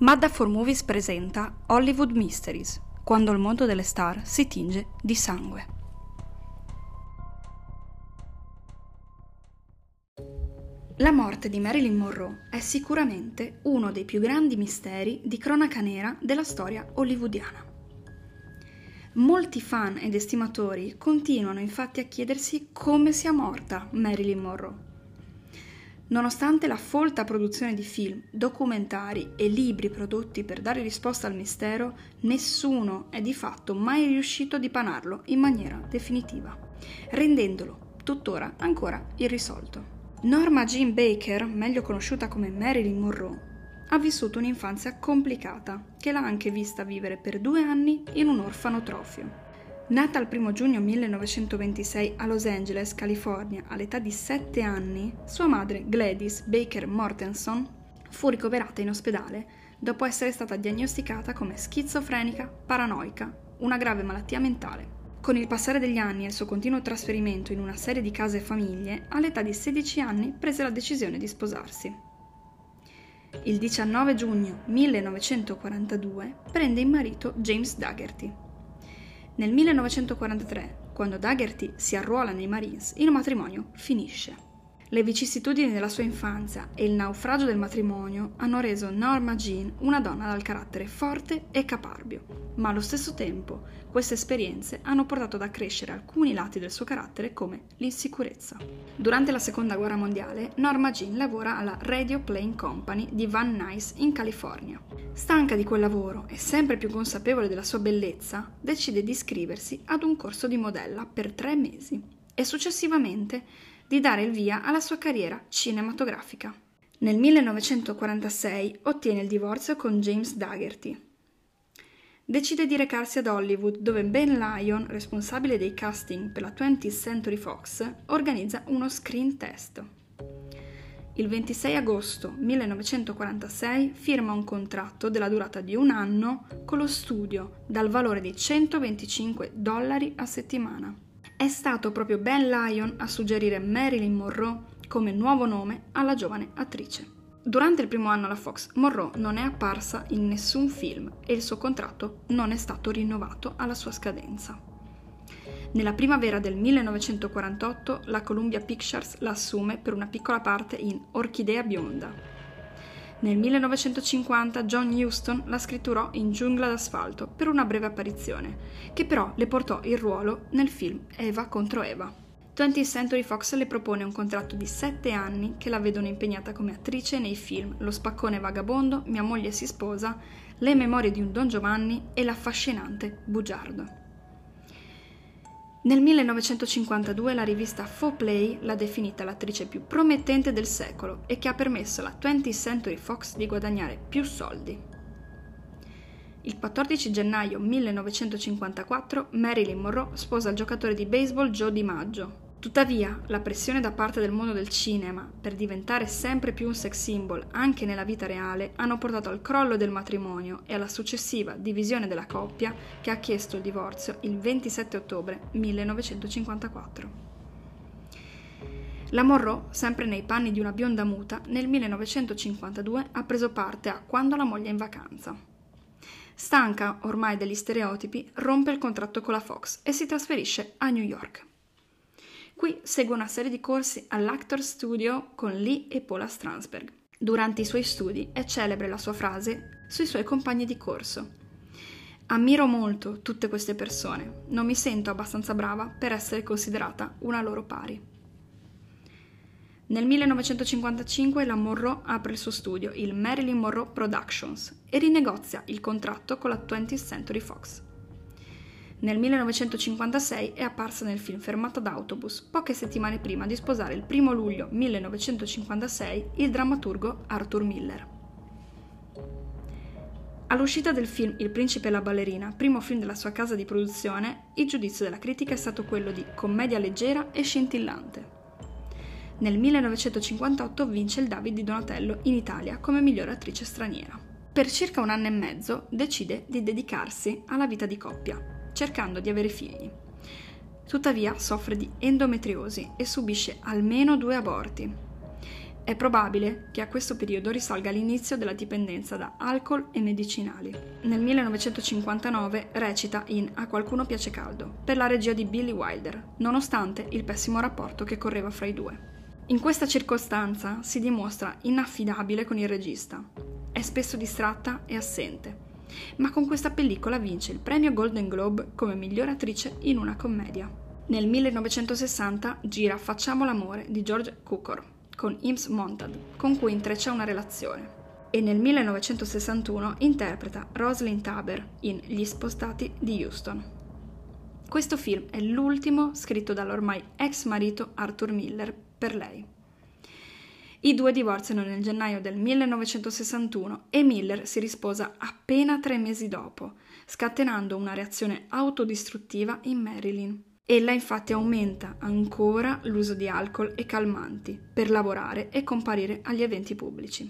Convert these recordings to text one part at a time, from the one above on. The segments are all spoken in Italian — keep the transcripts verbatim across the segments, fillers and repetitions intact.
Madda for Movies presenta Hollywood Mysteries, quando il mondo delle star si tinge di sangue. La morte di Marilyn Monroe è sicuramente uno dei più grandi misteri di cronaca nera della storia hollywoodiana. Molti fan ed estimatori continuano infatti a chiedersi come sia morta Marilyn Monroe. Nonostante la folta produzione di film, documentari e libri prodotti per dare risposta al mistero, nessuno è di fatto mai riuscito a dipanarlo in maniera definitiva, rendendolo tuttora ancora irrisolto. Norma Jean Baker, meglio conosciuta come Marilyn Monroe, ha vissuto un'infanzia complicata che l'ha anche vista vivere per due anni in un orfanotrofio. Nata il primo giugno millenovecentoventisei a Los Angeles, California, all'età di sette anni, sua madre Gladys Baker Mortenson fu ricoverata in ospedale dopo essere stata diagnosticata come schizofrenica paranoica, una grave malattia mentale. Con il passare degli anni e il suo continuo trasferimento in una serie di case e famiglie, all'età di sedici anni prese la decisione di sposarsi. Il diciannove giugno millenovecentoquarantadue prende in marito James Daugherty. Nel millenovecentoquarantatré, quando Daugherty si arruola nei Marines, il matrimonio finisce. Le vicissitudini della sua infanzia e il naufragio del matrimonio hanno reso Norma Jean una donna dal carattere forte e caparbio, ma allo stesso tempo queste esperienze hanno portato ad accrescere alcuni lati del suo carattere come l'insicurezza. Durante la seconda guerra mondiale, Norma Jean lavora alla Radio Plane Company di Van Nuys in California. Stanca di quel lavoro e sempre più consapevole della sua bellezza, decide di iscriversi ad un corso di modella per tre mesi e successivamente di dare il via alla sua carriera cinematografica. Nel millenovecentoquarantasei ottiene il divorzio con James Daugherty. Decide di recarsi ad Hollywood, dove Ben Lyon, responsabile dei casting per la twentieth Century Fox, organizza uno screen test. Il ventisei agosto millenovecentoquarantasei firma un contratto della durata di un anno con lo studio dal valore di centoventicinque dollari a settimana. È stato proprio Ben Lyon a suggerire Marilyn Monroe come nuovo nome alla giovane attrice. Durante il primo anno alla Fox, Monroe non è apparsa in nessun film e il suo contratto non è stato rinnovato alla sua scadenza. Nella primavera del millenovecentoquarantotto la Columbia Pictures la assume per una piccola parte in Orchidea bionda. Nel millenovecentocinquanta John Huston la scritturò in Giungla d'asfalto per una breve apparizione, che però le portò il ruolo nel film Eva contro Eva. twentieth Century Fox le propone un contratto di sette anni che la vedono impegnata come attrice nei film Lo spaccone vagabondo, Mia moglie si sposa, Le memorie di un Don Giovanni e l'affascinante Bugiardo. Nel millenovecentocinquantadue la rivista Faux Play l'ha definita l'attrice più promettente del secolo e che ha permesso alla twentieth Century Fox di guadagnare più soldi. Il quattordici gennaio millenovecentocinquantaquattro Marilyn Monroe sposa il giocatore di baseball Joe DiMaggio. Tuttavia, la pressione da parte del mondo del cinema per diventare sempre più un sex symbol anche nella vita reale hanno portato al crollo del matrimonio e alla successiva divisione della coppia che ha chiesto il divorzio il ventisette ottobre millenovecentocinquantaquattro. La Monroe, sempre nei panni di una bionda muta, nel millenovecentocinquantadue ha preso parte a Quando la moglie è in vacanza. Stanca ormai degli stereotipi, rompe il contratto con la Fox e si trasferisce a New York. Qui segue una serie di corsi all'Actors Studio con Lee e Paula Strasberg. Durante i suoi studi è celebre la sua frase sui suoi compagni di corso: "Ammiro molto tutte queste persone, non mi sento abbastanza brava per essere considerata una loro pari". Nel millenovecentocinquantacinque la Monroe apre il suo studio, il Marilyn Monroe Productions, e rinegozia il contratto con la twentieth Century Fox. Nel millenovecentocinquantasei è apparsa nel film Fermata d'autobus, poche settimane prima di sposare il primo luglio millenovecentocinquantasei il drammaturgo Arthur Miller. All'uscita del film Il principe e la ballerina, primo film della sua casa di produzione, il giudizio della critica è stato quello di commedia leggera e scintillante. Nel millenovecentocinquantotto vince il David di Donatello in Italia come migliore attrice straniera. Per circa un anno e mezzo decide di dedicarsi alla vita di coppia, cercando di avere figli. Tuttavia soffre di endometriosi e subisce almeno due aborti. È probabile che a questo periodo risalga l'inizio della dipendenza da alcol e medicinali. Nel millenovecentocinquantanove recita in A qualcuno piace caldo, per la regia di Billy Wilder, nonostante il pessimo rapporto che correva fra i due. In questa circostanza si dimostra inaffidabile con il regista. È spesso distratta e assente, ma con questa pellicola vince il premio Golden Globe come miglior attrice in una commedia. Nel millenovecentosessanta gira Facciamo l'amore di George Cukor con Eames Montand, con cui intreccia una relazione, e nel millenovecentosessantuno interpreta Rosalind Taber in Gli spostati di Houston. Questo film è l'ultimo scritto dall'ormai ex marito Arthur Miller per lei. I due divorziano nel gennaio del millenovecentosessantuno e Miller si risposa appena tre mesi dopo, scatenando una reazione autodistruttiva in Marilyn. Ella infatti aumenta ancora l'uso di alcol e calmanti per lavorare e comparire agli eventi pubblici.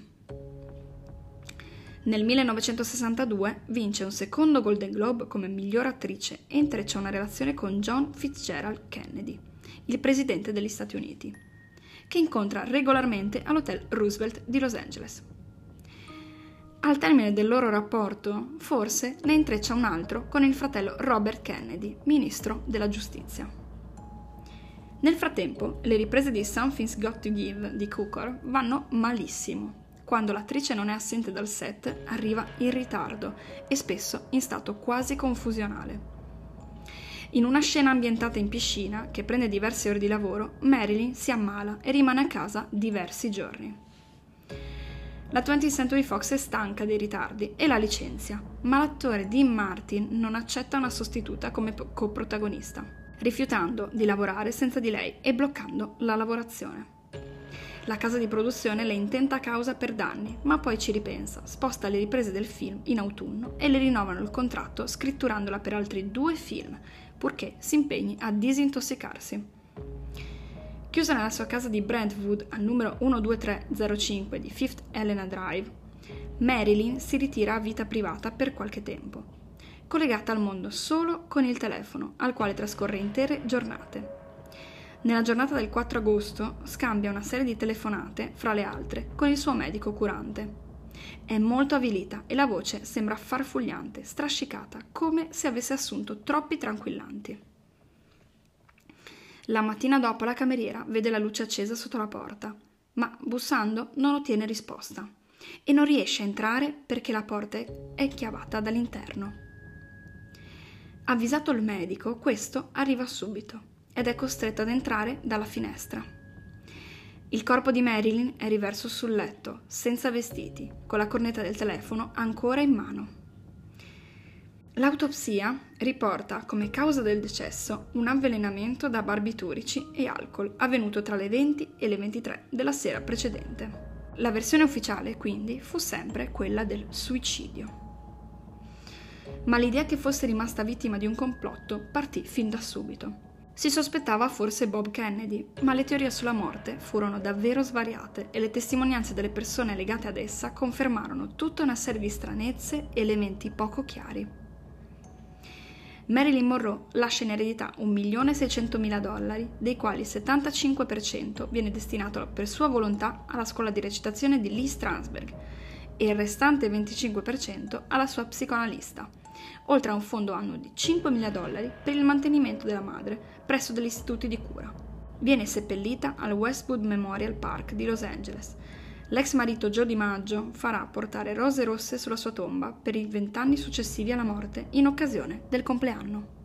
Nel millenovecentosessantadue vince un secondo Golden Globe come miglior attrice e intreccia una relazione con John Fitzgerald Kennedy, il presidente degli Stati Uniti, che incontra regolarmente all'Hotel Roosevelt di Los Angeles. Al termine del loro rapporto, forse ne intreccia un altro con il fratello Robert Kennedy, ministro della giustizia. Nel frattempo, le riprese di Something's Got to Give di Cukor vanno malissimo. Quando l'attrice non è assente dal set, arriva in ritardo e spesso in stato quasi confusionale. In una scena ambientata in piscina, che prende diverse ore di lavoro, Marilyn si ammala e rimane a casa diversi giorni. La twentieth Century Fox è stanca dei ritardi e la licenzia, ma l'attore Dean Martin non accetta una sostituta come coprotagonista, rifiutando di lavorare senza di lei e bloccando la lavorazione. La casa di produzione le intenta causa per danni, ma poi ci ripensa, sposta le riprese del film in autunno e le rinnovano il contratto scritturandola per altri due film, purché si impegni a disintossicarsi. Chiusa nella sua casa di Brentwood al numero uno due tre zero cinque di Fifth Helena Drive, Marilyn si ritira a vita privata per qualche tempo, collegata al mondo solo con il telefono, al quale trascorre intere giornate. Nella giornata del quattro agosto scambia una serie di telefonate, fra le altre, con il suo medico curante. È molto avvilita e la voce sembra farfugliante, strascicata, come se avesse assunto troppi tranquillanti. La mattina dopo la cameriera vede la luce accesa sotto la porta, ma bussando non ottiene risposta e non riesce a entrare perché la porta è chiavata dall'interno. Avvisato il medico, questo arriva subito ed è costretto ad entrare dalla finestra. Il corpo di Marilyn è riverso sul letto, senza vestiti, con la cornetta del telefono ancora in mano. L'autopsia riporta come causa del decesso un avvelenamento da barbiturici e alcol avvenuto tra le venti e le ventitré della sera precedente. La versione ufficiale, quindi, fu sempre quella del suicidio. Ma l'idea che fosse rimasta vittima di un complotto partì fin da subito. Si sospettava forse Bob Kennedy, ma le teorie sulla morte furono davvero svariate e le testimonianze delle persone legate ad essa confermarono tutta una serie di stranezze e elementi poco chiari. Marilyn Monroe lascia in eredità un milione seicentomila dollari, dei quali il settantacinque per cento viene destinato per sua volontà alla scuola di recitazione di Lee Strasberg e il restante venticinque per cento alla sua psicoanalista, oltre a un fondo annuo di cinquemila dollari per il mantenimento della madre presso degli istituti di cura. Viene seppellita al Westwood Memorial Park di Los Angeles. L'ex marito Joe DiMaggio farà portare rose rosse sulla sua tomba per i vent'anni successivi alla morte in occasione del compleanno.